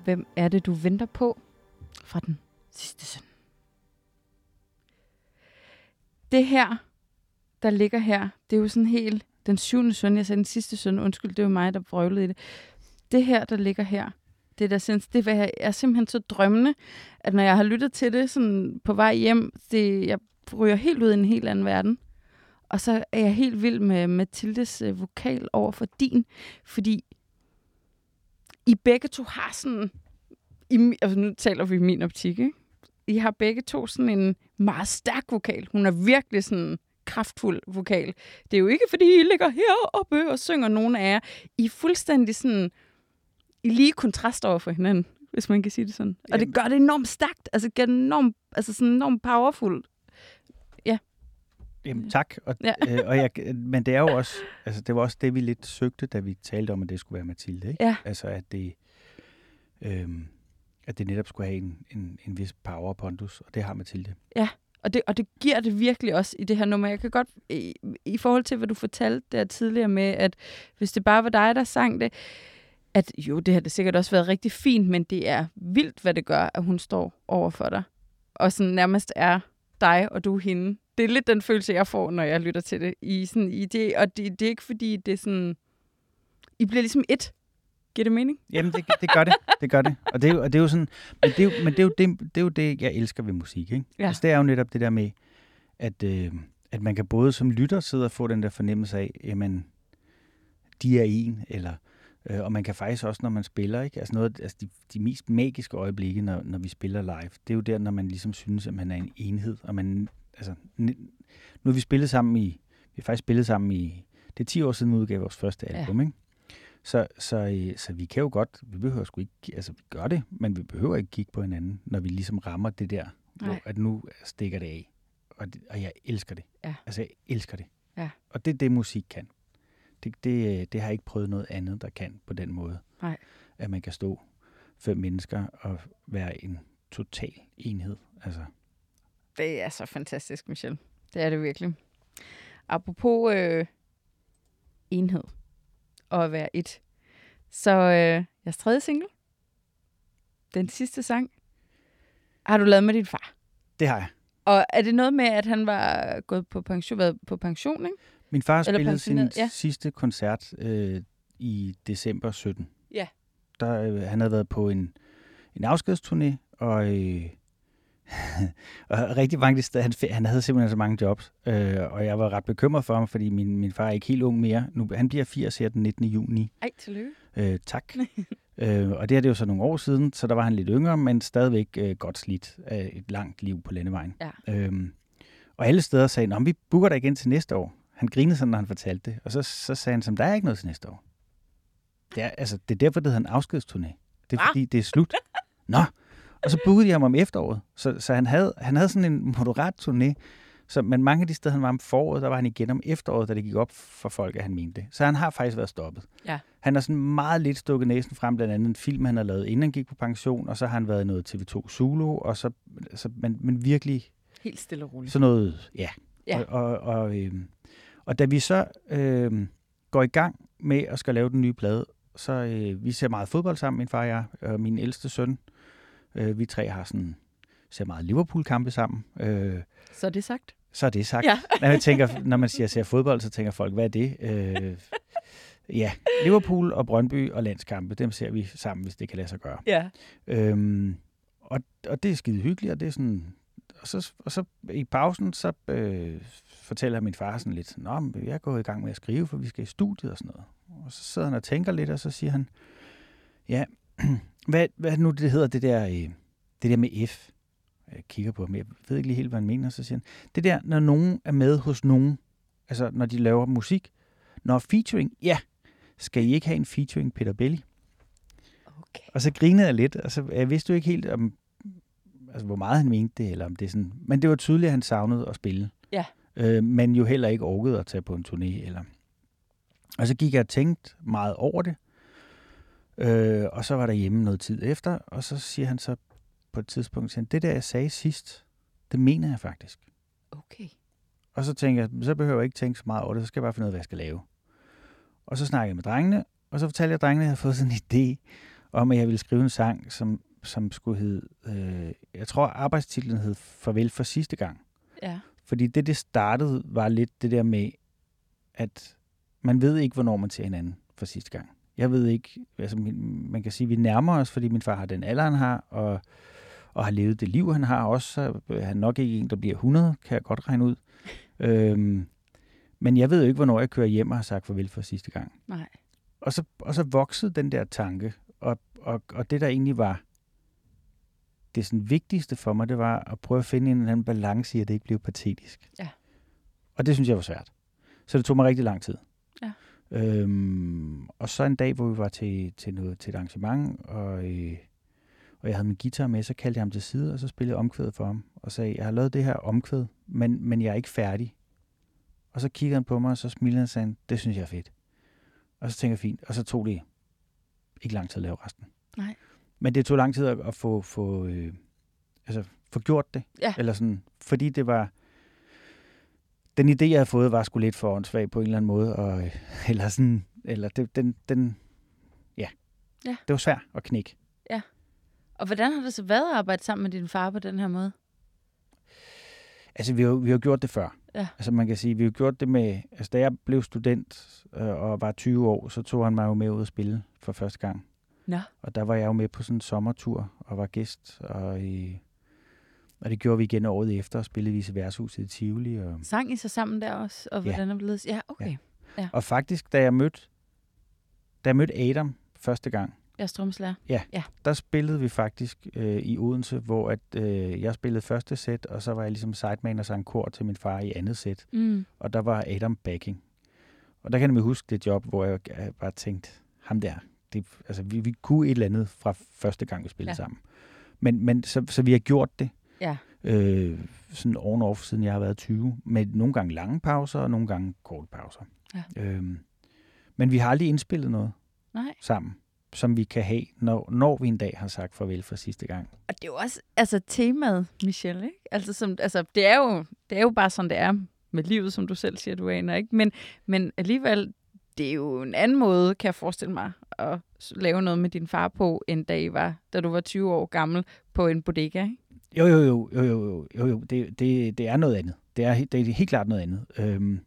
Hvem er det, du venter på? Fra den sidste søn. Det her, der ligger her, det er jo sådan helt den syvende søn. Jeg sagde den sidste søn, undskyld, det var mig, der vrøvlede i det. Det her, der ligger her, det der synes, det er simpelthen så drømmende, at når jeg har lyttet til det sådan på vej hjem, det, jeg ryger helt ud i en helt anden verden. Og så er jeg helt vild med Mathildes øh, vokal over for din, fordi I begge to har sådan, i, altså nu taler vi i min optik, ikke? I har begge to sådan en meget stærk vokal. Hun er virkelig sådan kraftfuld vokal. Det er jo ikke, fordi I ligger heroppe og synger nogen af jer. I er fuldstændig sådan, i lige kontrast over for hinanden, hvis man kan sige det sådan. Og Jamen. det gør det enormt stærkt, altså det enormt, altså sådan enormt powerful. Ja. Jamen tak. Og, Ja. øh, og jeg, men det er jo også, altså det var også det, vi lidt søgte, da vi talte om, at det skulle være Mathilde, ikke? Ja. Altså at det, øhm, at det netop skulle have en, en, en vis power og pondus, og det har Mathilde. Ja, og det, og det giver det virkelig også i det her nummer. Jeg kan godt, i, i forhold til, hvad du fortalte der tidligere med, at hvis det bare var dig, der sang det, at jo, det har det sikkert også været rigtig fint, men det er vildt, hvad det gør, at hun står over for dig. Og sådan nærmest er dig, og du er hende. Det er lidt den følelse, jeg får, når jeg lytter til det. I sådan, i det og det, det er ikke fordi, det er sådan... I bliver ligesom et. Giver det mening? Jamen, det, det gør det. Det gør det. Og det er jo, og det er jo sådan... Men det er jo, men det, er jo det, det er jo det, jeg elsker ved musik, ikke? Ja. Altså, det er jo netop det der med, at, øh, at man kan både som lytter sidde og få den der fornemmelse af, jamen, de er en, eller... Øh, og man kan faktisk også, når man spiller, ikke? Altså, noget, altså de, de mest magiske øjeblikke, når, når vi spiller live, det er jo der, når man ligesom synes, at man er en enhed, og man... Altså, nu har vi spillet sammen i... Vi har faktisk spillet sammen i... Det er ti år siden, vi udgav vores første album, ja. Ikke? Så, så, så vi kan jo godt, vi behøver sgu ikke, altså vi gør det, men vi behøver ikke kigge på hinanden, når vi ligesom rammer det der, Nej. hvor at nu stikker det af. Og, det, og jeg elsker det. Ja. Altså jeg elsker det. Ja. Og det er det, musik kan. Det, det, det har jeg ikke prøvet noget andet, der kan på den måde. Nej. At man kan stå fem mennesker og være en total enhed. Altså. Det er så fantastisk, Michel. Det er det virkelig. Apropos øh, enhed og at være et. Så øh, jeres tredje single, den sidste sang, har du lavet med din far. Det har jeg. Og er det noget med, at han var gået på pension, været på pension, ikke? Min far Eller spillede sin pensioneret, ja. sidste koncert øh, i december sytten. Ja. Der, øh, han havde været på en, en afskedsturné, og, øh, og rigtig mange steder, han, han havde simpelthen så mange jobs, øh, og jeg var ret bekymret for ham, fordi min, min far er ikke helt ung mere. Nu, han bliver firs her den nittende juni. Ej, tillykke. Øh, tak. øh, og det er det jo så nogle år siden, så der var han lidt yngre, men stadigvæk øh, godt slidt af et langt liv på landevejen. Ja. Øhm, og alle steder sagde, nå, vi booker dig igen til næste år. Han grinede sådan, når han fortalte det. Og så, så sagde han, som der er ikke noget til næste år. Det er, altså, det er derfor, det hedder en afskedsturné. Det er Ah. fordi, det er slut. Nå. Og så bookede de ham om efteråret. Så, så han, havde, han havde sådan en moderat turné. Så, men mange af de steder, han var om foråret, der var han igen om efteråret, da det gik op for folk, at han mente det. Så han har faktisk været stoppet. Ja. Han har sådan meget lidt stukket næsen frem, blandt andet en film, han har lavet, inden han gik på pension, og så har han været i noget T V to Zulu, og så, så men, men virkelig Helt stille og roligt. sådan noget, ja. Ja. Og, og, og, øh, og da vi så øh, går i gang med at skal lave den nye plade, så øh, vi ser meget fodbold sammen, min far og jeg, og min ældste søn. Øh, vi tre har sådan, ser meget Liverpool-kampe sammen. Øh, Så er det sagt. så er det sagt. Ja. Når, jeg tænker, når man siger ser fodbold, så tænker folk, hvad er det? Øh, ja, Liverpool og Brøndby og landskampe, dem ser vi sammen, hvis det kan lade sig gøre. Ja. Øhm, og, og det er skide hyggeligt, og det er sådan... Og så, og så i pausen, så øh, fortæller min far sådan lidt, nå, men jeg er gået i gang med at skrive, for vi skal i studiet og sådan noget. Og så sidder han og tænker lidt, og så siger han, ja, hvad, hvad nu det hedder, det der, øh, det der med F? Jeg kigger på ham, jeg ved ikke lige helt, hvad han mener, så siger han, det der, når nogen er med hos nogen, altså når de laver musik, når featuring, ja, skal I ikke have en featuring Peter Belli? Okay. Og så grinede jeg lidt, og så jeg vidste jo ikke helt, om, altså, hvor meget han mente det, eller om det er sådan, men det var tydeligt, at han savnede at spille. Ja. Øh, men jo heller ikke orkede at tage på en turné. Eller. Og så gik jeg og tænkte meget over det, øh, og så var der hjemme noget tid efter, og så siger han så på et tidspunkt, siger han, det der, jeg sagde sidst, det mener jeg faktisk. Okay. Og så tænker jeg, så behøver jeg ikke tænke så meget over det, så skal jeg bare finde ud af, hvad jeg skal lave. Og så snakkede jeg med drengene, og så fortalte jeg drengene, at jeg havde fået sådan en idé om, at jeg ville skrive en sang, som, som skulle hedde, øh, jeg tror arbejdstitlen hed Farvel for sidste gang. Ja. Fordi det, det startede, var lidt det der med, at man ved ikke, hvornår man ser hinanden for sidste gang. Jeg ved ikke, altså man kan sige, at vi nærmer os, fordi min far har den alder, han har, og, og har levet det liv, han har også. Så er han nok ikke en, der bliver hundrede, kan jeg godt regne ud. øhm, men jeg ved jo ikke, hvornår jeg kører hjem og har sagt farvel for sidste gang. Nej. Og så, og så voksede den der tanke, og, og, og det der egentlig var det sådan vigtigste for mig, det var at prøve at finde en eller anden balance i, at det ikke blev patetisk. Ja. Og det synes jeg var svært. Så det tog mig rigtig lang tid. Ja. Øhm, og så en dag, hvor vi var til, til, noget, til et arrangement, og, øh, og jeg havde min guitar med, så kaldte jeg ham til side, og så spillede jeg omkvædet for ham, og sagde, jeg har lavet det her omkvæd, men, men jeg er ikke færdig. Og så kiggede han på mig, og så smilede han og sagde, det synes jeg er fedt. Og så tænkte jeg, fint. Og så tog det ikke lang tid at lave resten. Nej. Men det tog lang tid at, at få, få, øh, altså, få gjort det. Ja. Eller sådan, fordi det var... Den idé, jeg havde fået, var sgu lidt for åndssvag på en eller anden måde. Og, øh, eller sådan... Eller det, den, den... Ja. Ja. Det var svært at knække. Ja. Og hvordan har det så været at arbejde sammen med din far på den her måde? Altså, vi har, vi har gjort det før. Ja. Altså, man kan sige, vi har gjort det med... Altså, da jeg blev student øh, og var tyve år, så tog han mig jo med ud at spille for første gang. Nå. Og der var jeg jo med på sådan en sommertur og var gæst. Og, øh, og det gjorde vi igen året efter og spillede Vice Værtshuset i Tivoli. Og, Sang I så sammen der også? Og hvordan ja. er det blevet? Ja, okay. Ja. Ja. Og faktisk, da jeg mødte, da jeg mødte Adam første gang, Jeg er strømslærer. Ja, ja, der spillede vi faktisk øh, i Odense, hvor at, øh, jeg spillede første sæt, og så var jeg ligesom sideman og sang kor til min far i andet sæt. Mm. Og der var Adam backing. Og der kan jeg huske det job, hvor jeg, jeg bare tænkte, ham der, det, altså, vi, vi kunne et eller andet fra første gang, vi spillede ja. sammen. Men, men så, så vi har gjort det. Ja. Øh, sådan on-off, siden jeg har været tyve. Med nogle gange lange pauser, og nogle gange korte pauser. Ja. Øhm, men vi har aldrig indspillet noget Nej. sammen, som vi kan have, når, når vi en dag har sagt farvel for sidste gang. Og det er jo også altså, temaet, Michelle, ikke? Altså, som, altså, det, er jo, det er jo bare sådan, det er med livet, som du selv siger, du aner, ikke? Men, men alligevel, det er jo en anden måde, kan jeg forestille mig, at lave noget med din far på, end da, I var, da du var tyve år gammel på en bodega, ikke? Jo, jo, jo, jo, jo, jo, jo. Det, det, det er noget andet. Det er, det er helt klart noget andet. Øhm,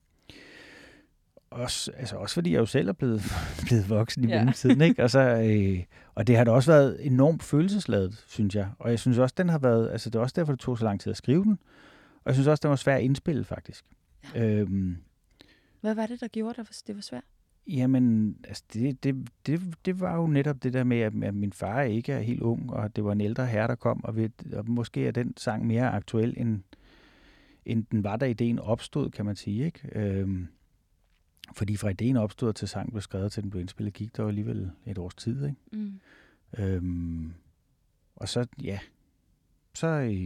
også, altså også fordi jeg jo selv er blevet, blevet voksen i ja. mellemtiden, ikke? Og, så, øh, og det har da også været enormt følelsesladet, synes jeg. Og jeg synes også, den har været, altså det er også derfor, det tog så lang tid at skrive den. Og jeg synes også, den var svær at indspille, faktisk. Ja. Øhm, Hvad var det, der gjorde det, det var svært? Jamen, altså det, det, det, det var jo netop det der med, at, at min far ikke er helt ung, og det var en ældre herre, der kom, og, ved, og måske er den sang mere aktuel, end, end den var, da ideen opstod, kan man sige, ikke? Øhm, fordi fra ideen opstod til sang blev skrevet, til den blev indspillet, gik der jo alligevel et års tid, ikke? Mm. Øhm, og så, ja, så,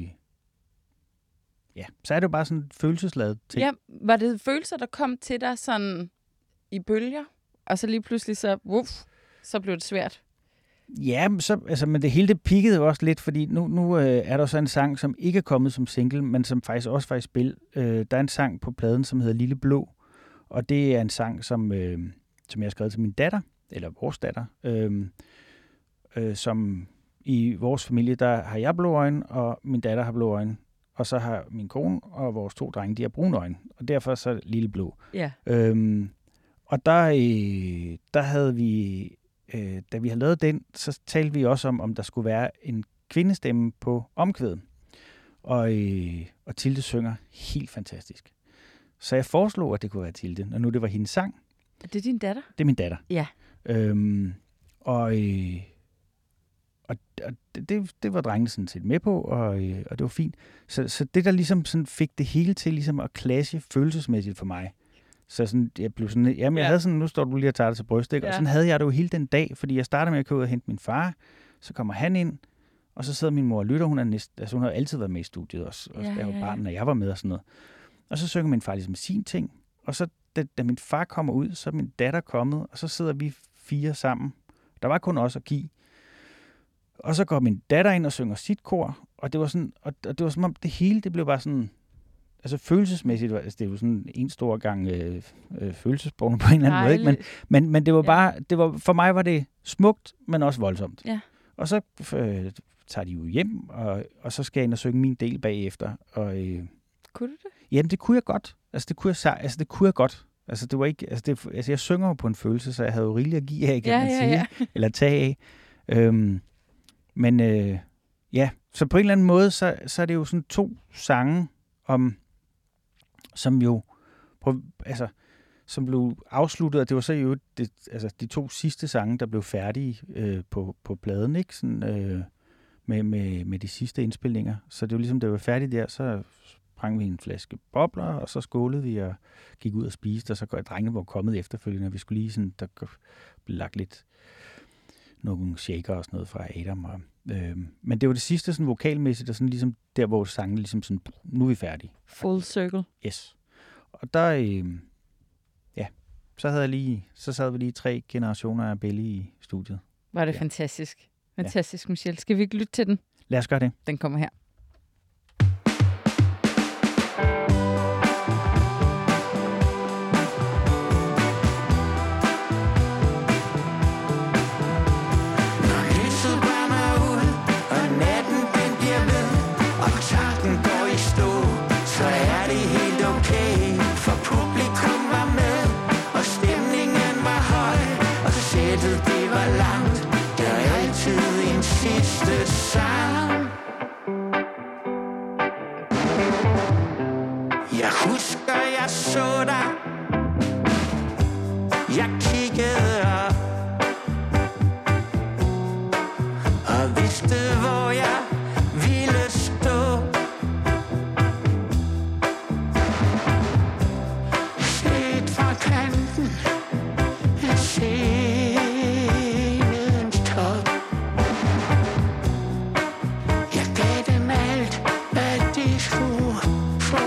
ja, så er det jo bare sådan følelsesladet ting. Ja, var det følelser, der kom til dig sådan i bølger, og så lige pludselig så, wuff, så blev det svært? Ja, så, altså, men det hele det pikkede jo også lidt, fordi nu, nu øh, er der så en sang, som ikke er kommet som single, men som faktisk også var i spil. Øh, der er en sang på pladen, som hedder Lille Blå, og det er en sang, som, øh, som jeg har skrevet til min datter, eller vores datter, øh, øh, som i vores familie, der har jeg blå øjne, og min datter har blå øjne, og så har min kone og vores to drenge, de har brune øjne, og derfor så Lille Blå. Ja. Øh, og der, øh, der havde vi... Øh, da vi havde lavet den, så talte vi også om, om der skulle være en kvindestemme på omkvædet. Og, øh, og Tilde synger helt fantastisk. Så jeg foreslog, at det kunne være Tilde, og nu det var hendes sang. Er det din datter? Det er min datter. Ja. Øhm, og øh, og, og det, det var drengene sådan set med på, og, øh, og det var fint. Så, så det, der ligesom sådan fik det hele til ligesom at clashe følelsesmæssigt for mig. Så sådan, jeg blev sådan, jamen jeg ja. havde sådan, nu står du lige og tager det til bryst, ikke? Ja. Og sådan havde jeg det jo hele den dag, fordi jeg startede med at køre ud og hente min far, så kommer han ind, og så sidder min mor og lytter, hun, er næst, altså, hun har altid været med i studiet også, og ja, jeg var ja, ja. barn, når jeg var med og sådan noget. Og så synger min far ligesom sin ting, og så da, da min far kommer ud, så er min datter kommet, og så sidder vi fire sammen. Der var kun os at give. Og så går min datter ind og synger sit kor, og det var sådan, og, og det var som om det hele, det blev bare sådan, altså følelsesmæssigt, altså det er jo sådan en stor gang øh, øh, følelsesborg på en eller anden måde, ikke? Men, men, men det var bare, ja. det var, for mig var det smukt, men også voldsomt. Ja. Og så øh, tager de jo hjem, og, og så skal jeg ind og synge min del bagefter. Og, øh, kunne du det? Jamen, det kunne jeg godt. Altså, det kunne jeg, altså, det kunne jeg godt. Altså, det var ikke, altså, det, altså, jeg synger jo på en følelse, så jeg havde jo rigeligt at give af, kan ja, man ja, sige. ja. Eller tage af. Øhm, men øh, ja, så på en eller anden måde, så, så er det jo sådan to sange, om, som jo, på, altså, som blev afsluttet, og det var så jo det, altså, de to sidste sange, der blev færdige øh, på, på pladen, ikke? Sådan, øh, med, med, med de sidste indspilninger. Så det var ligesom, det var færdigt der, så sprang vi en flaske bobler, og så skålede vi og gik ud og spiste, og så går drengene var kommet efterfølgende, og vi skulle lige sådan, der blev lagt lidt nogle shaker og sådan noget fra Adam. Og, øh, men det var det sidste sådan vokalmæssigt, og sådan ligesom der, hvor sangen ligesom sådan, nu er vi færdige. Full circle. Yes. Og der, øh, ja, så havde jeg lige, så sad vi lige tre generationer af Belly i studiet. Var det ja. fantastisk. Fantastisk, ja. Michelle. Skal vi ikke lytte til den? Lad os gøre det. Den kommer her. Jeg husker, jeg så dig. Jeg kiggede op og vidste, hvor jeg ville stå. Set fra kanten af scenens top. Jeg gav dem alt, hvad de skulle få.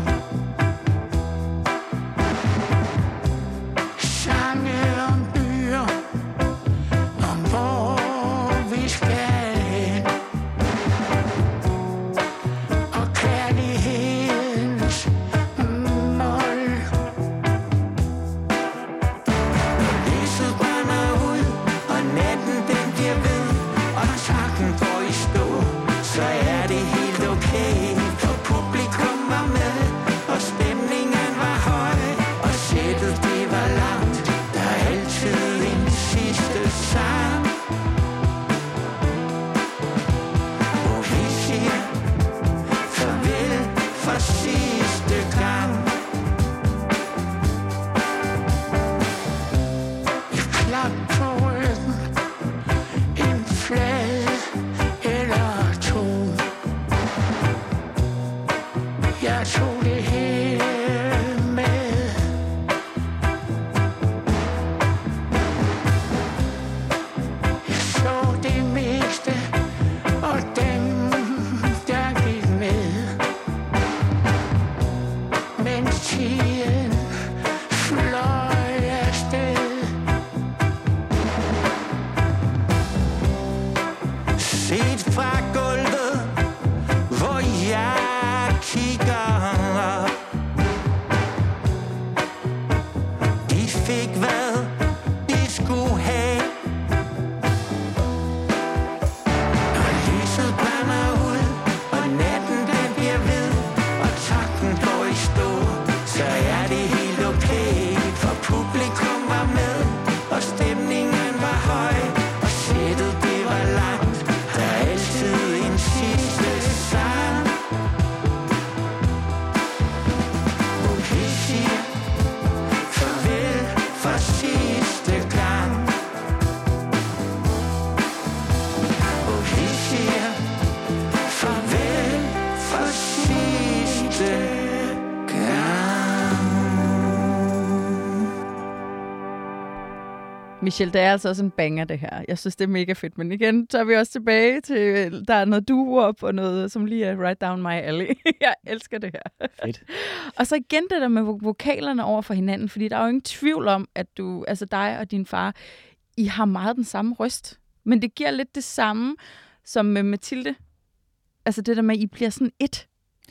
Michelle, det er altså også en banger, det her. Jeg synes, det er mega fedt. Men igen, så er vi også tilbage til, der er noget duo-op og noget, som lige er right down my alley. Jeg elsker det her. Fedt. Og så igen det der med vokalerne over for hinanden, fordi der er jo ingen tvivl om, at du, altså dig og din far, I har meget den samme røst. Men det giver lidt det samme som med Mathilde. Altså det der med, at I bliver sådan et.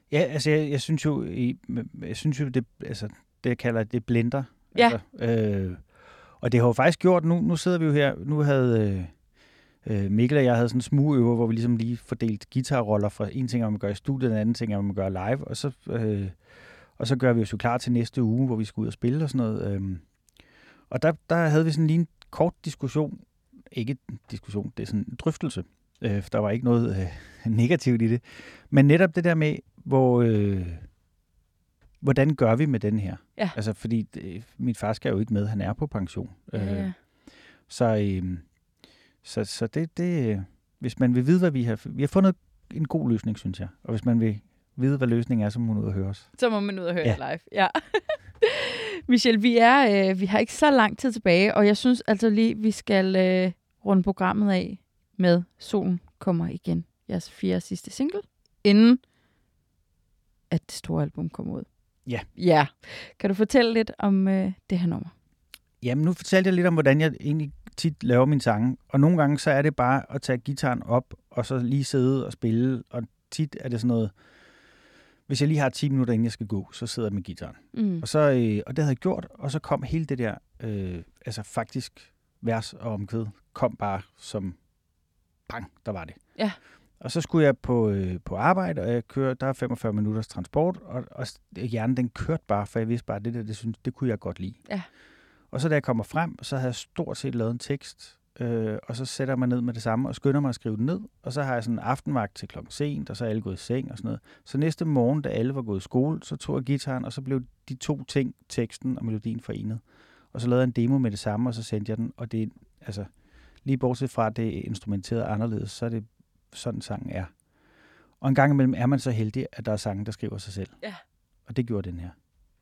Ja, altså jeg, jeg synes jo, jeg synes jo det, altså, det jeg kalder det blender. Ja. Altså, øh, og det har jo faktisk gjort, nu, nu sidder vi jo her, nu havde øh, Mikkel og jeg havde sådan en smugøver, hvor vi ligesom lige fordelte guitarroller fra en ting, man gør i studiet, den anden ting, man gør live, og så, øh, og så gør vi os jo klar til næste uge, hvor vi skal ud og spille og sådan noget. Øh. Og der, der havde vi sådan lige en kort diskussion, ikke diskussion, det er sådan en drøftelse, øh, for der var ikke noget øh, negativt i det, men netop det der med, hvor... Øh, hvordan gør vi med den her? Ja. Altså, fordi det, min far skal jo ikke med, han er på pension. Ja, ja. Øh, så, øh, så, så det, det, hvis man vil vide, hvad vi har... Vi har fundet en god løsning, synes jeg. Og hvis man vil vide, hvad løsningen er, så må man ud og høre os. Så må man ud og høre ja. det live. Ja. Michel, vi, er, øh, vi har ikke så lang tid tilbage, og jeg synes altså lige, vi skal øh, runde programmet af med Solen kommer igen. Jeres fjerde sidste single, inden at det store album kommer ud. Ja. Ja. Kan du fortælle lidt om øh, det her nummer? Jamen, nu fortalte jeg lidt om, hvordan jeg egentlig tit laver mine sange. Og nogle gange, så er det bare at tage gitaren op, og så lige sidde og spille. Og tit er det sådan noget, hvis jeg lige har ti minutter, inden jeg skal gå, så sidder jeg med gitaren. Mm. Og, så, øh, og det havde jeg gjort, og så kom hele det der, øh, altså faktisk vers og omkvæd, kom bare som, bang, der var det. Ja. Og så skulle jeg på, øh, på arbejde, og jeg kører, der er femogfyrre minutters transport, og, og hjernen den kørte bare, for jeg vidste bare, det der, det, synes, det kunne jeg godt lide. Ja. Og så da jeg kommer frem, så havde jeg stort set lavet en tekst, øh, og så sætter jeg mig ned med det samme, og skynder mig at skrive den ned, og så har jeg sådan en aftenvagt til klokken sent, og så er alle gået i seng og sådan noget. Så næste morgen, da alle var gået i skole, så tog jeg gitaren, og så blev de to ting, teksten og melodien, forenet. Og så lavede jeg en demo med det samme, og så sendte jeg den, og det altså lige bortset fra, at det er instrumenteret anderledes, så er det sådan sangen er. Og en gang imellem er man så heldig, at der er sange, der skriver sig selv. Ja. Og det gjorde den her.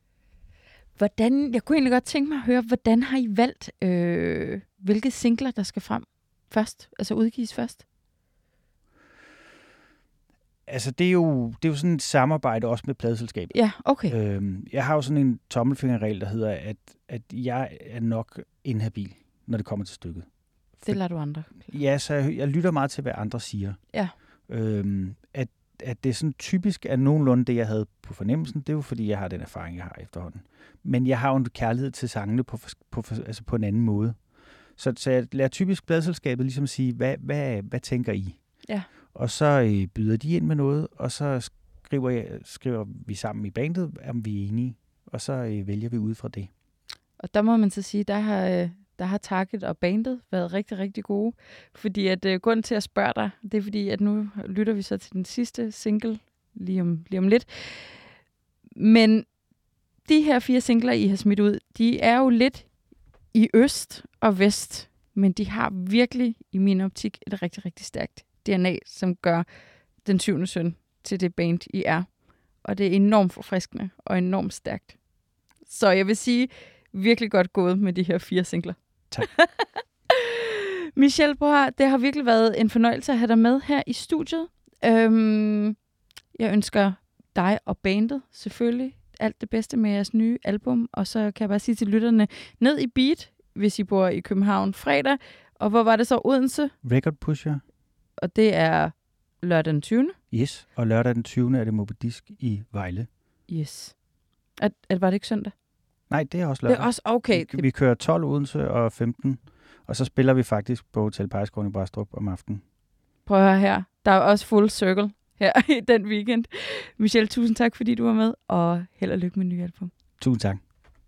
Hvordan, jeg kunne egentlig godt tænke mig at høre, hvordan har I valgt, øh, hvilke singler, der skal frem først, altså udgives først? Altså, det er jo, det er jo sådan et samarbejde også med pladeselskabet. Ja, okay. Øhm, jeg har jo sådan en tommelfingerregel, der hedder, at, at jeg er nok inhabil, når det kommer til stykket. Det lader du andre. Ja, så jeg, jeg lytter meget til, hvad andre siger. Ja. Øhm, at, at det er sådan typisk er nogenlunde det, jeg havde på fornemmelsen, det er jo fordi, jeg har den erfaring, jeg har efterhånden. Men jeg har jo en kærlighed til sangene på, på, altså på en anden måde. Så, så jeg lader typisk pladselskabet ligesom sige, hvad, hvad, hvad tænker I? Ja. Og så øh, byder de ind med noget, og så skriver, jeg, skriver vi sammen i bandet, om vi er enige. Og så øh, vælger vi ud fra det. Og der må man så sige, der har... Øh Der har Target og bandet været rigtig, rigtig gode. Fordi at øh, grunden til at spørge dig, det er fordi, at nu lytter vi så til den sidste single lige om, lige om lidt. Men de her fire singler, I har smidt ud, de er jo lidt i øst og vest. Men de har virkelig, i min optik, et rigtig, rigtig stærkt D N A, som gør Den syvende søn til det band, I er. Og det er enormt forfriskende og enormt stærkt. Så jeg vil sige, virkelig godt gået med de her fire singler. Tak. Michel, det har virkelig været en fornøjelse at have dig med her i studiet. Øhm, jeg ønsker dig og bandet selvfølgelig alt det bedste med jeres nye album, og så kan jeg bare sige til lytterne, ned i Beat, hvis I bor i København fredag, og hvor var det så, Odense? Record Pusher. Og det er lørdag den tyvende Yes, og lørdag den tyvende er det Moby Disk i Vejle. Yes. At, at var det ikke søndag? Nej, det er også lørdag. Det er også okay. Vi, vi kører tolv Odense og femten, og så spiller vi faktisk på Hotel Pejsgården i Brastrup om aftenen. Prøv at høre her. Der er også full circle her i den weekend. Michel, tusind tak, fordi du var med, og held og lykke med nye album. Tusind tak.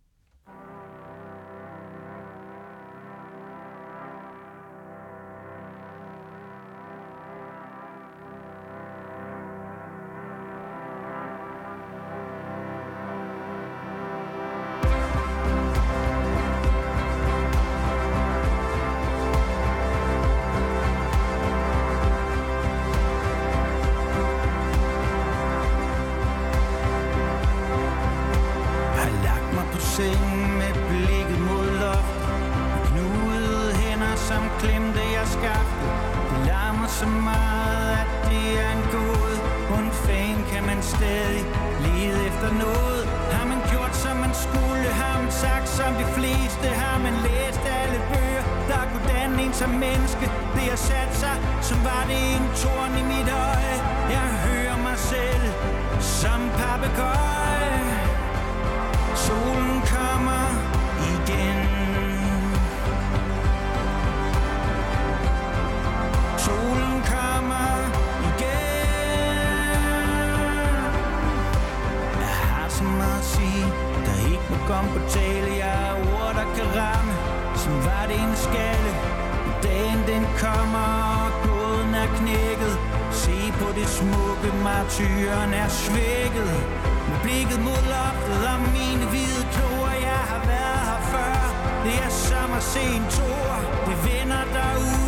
som menneske, det har sat sig, som var det en torn i mit øje. Jeg hører mig selv som om på tale. Jeg er ord, der kan ramme, som var det en skalle. Dagen den kommer, og gåden er knækket. Se på det smukke, martyren er svækket. Med blikket mod loftet og mine hvide kloer. Jeg har været her før, det er som at se en tor. Det vender derude.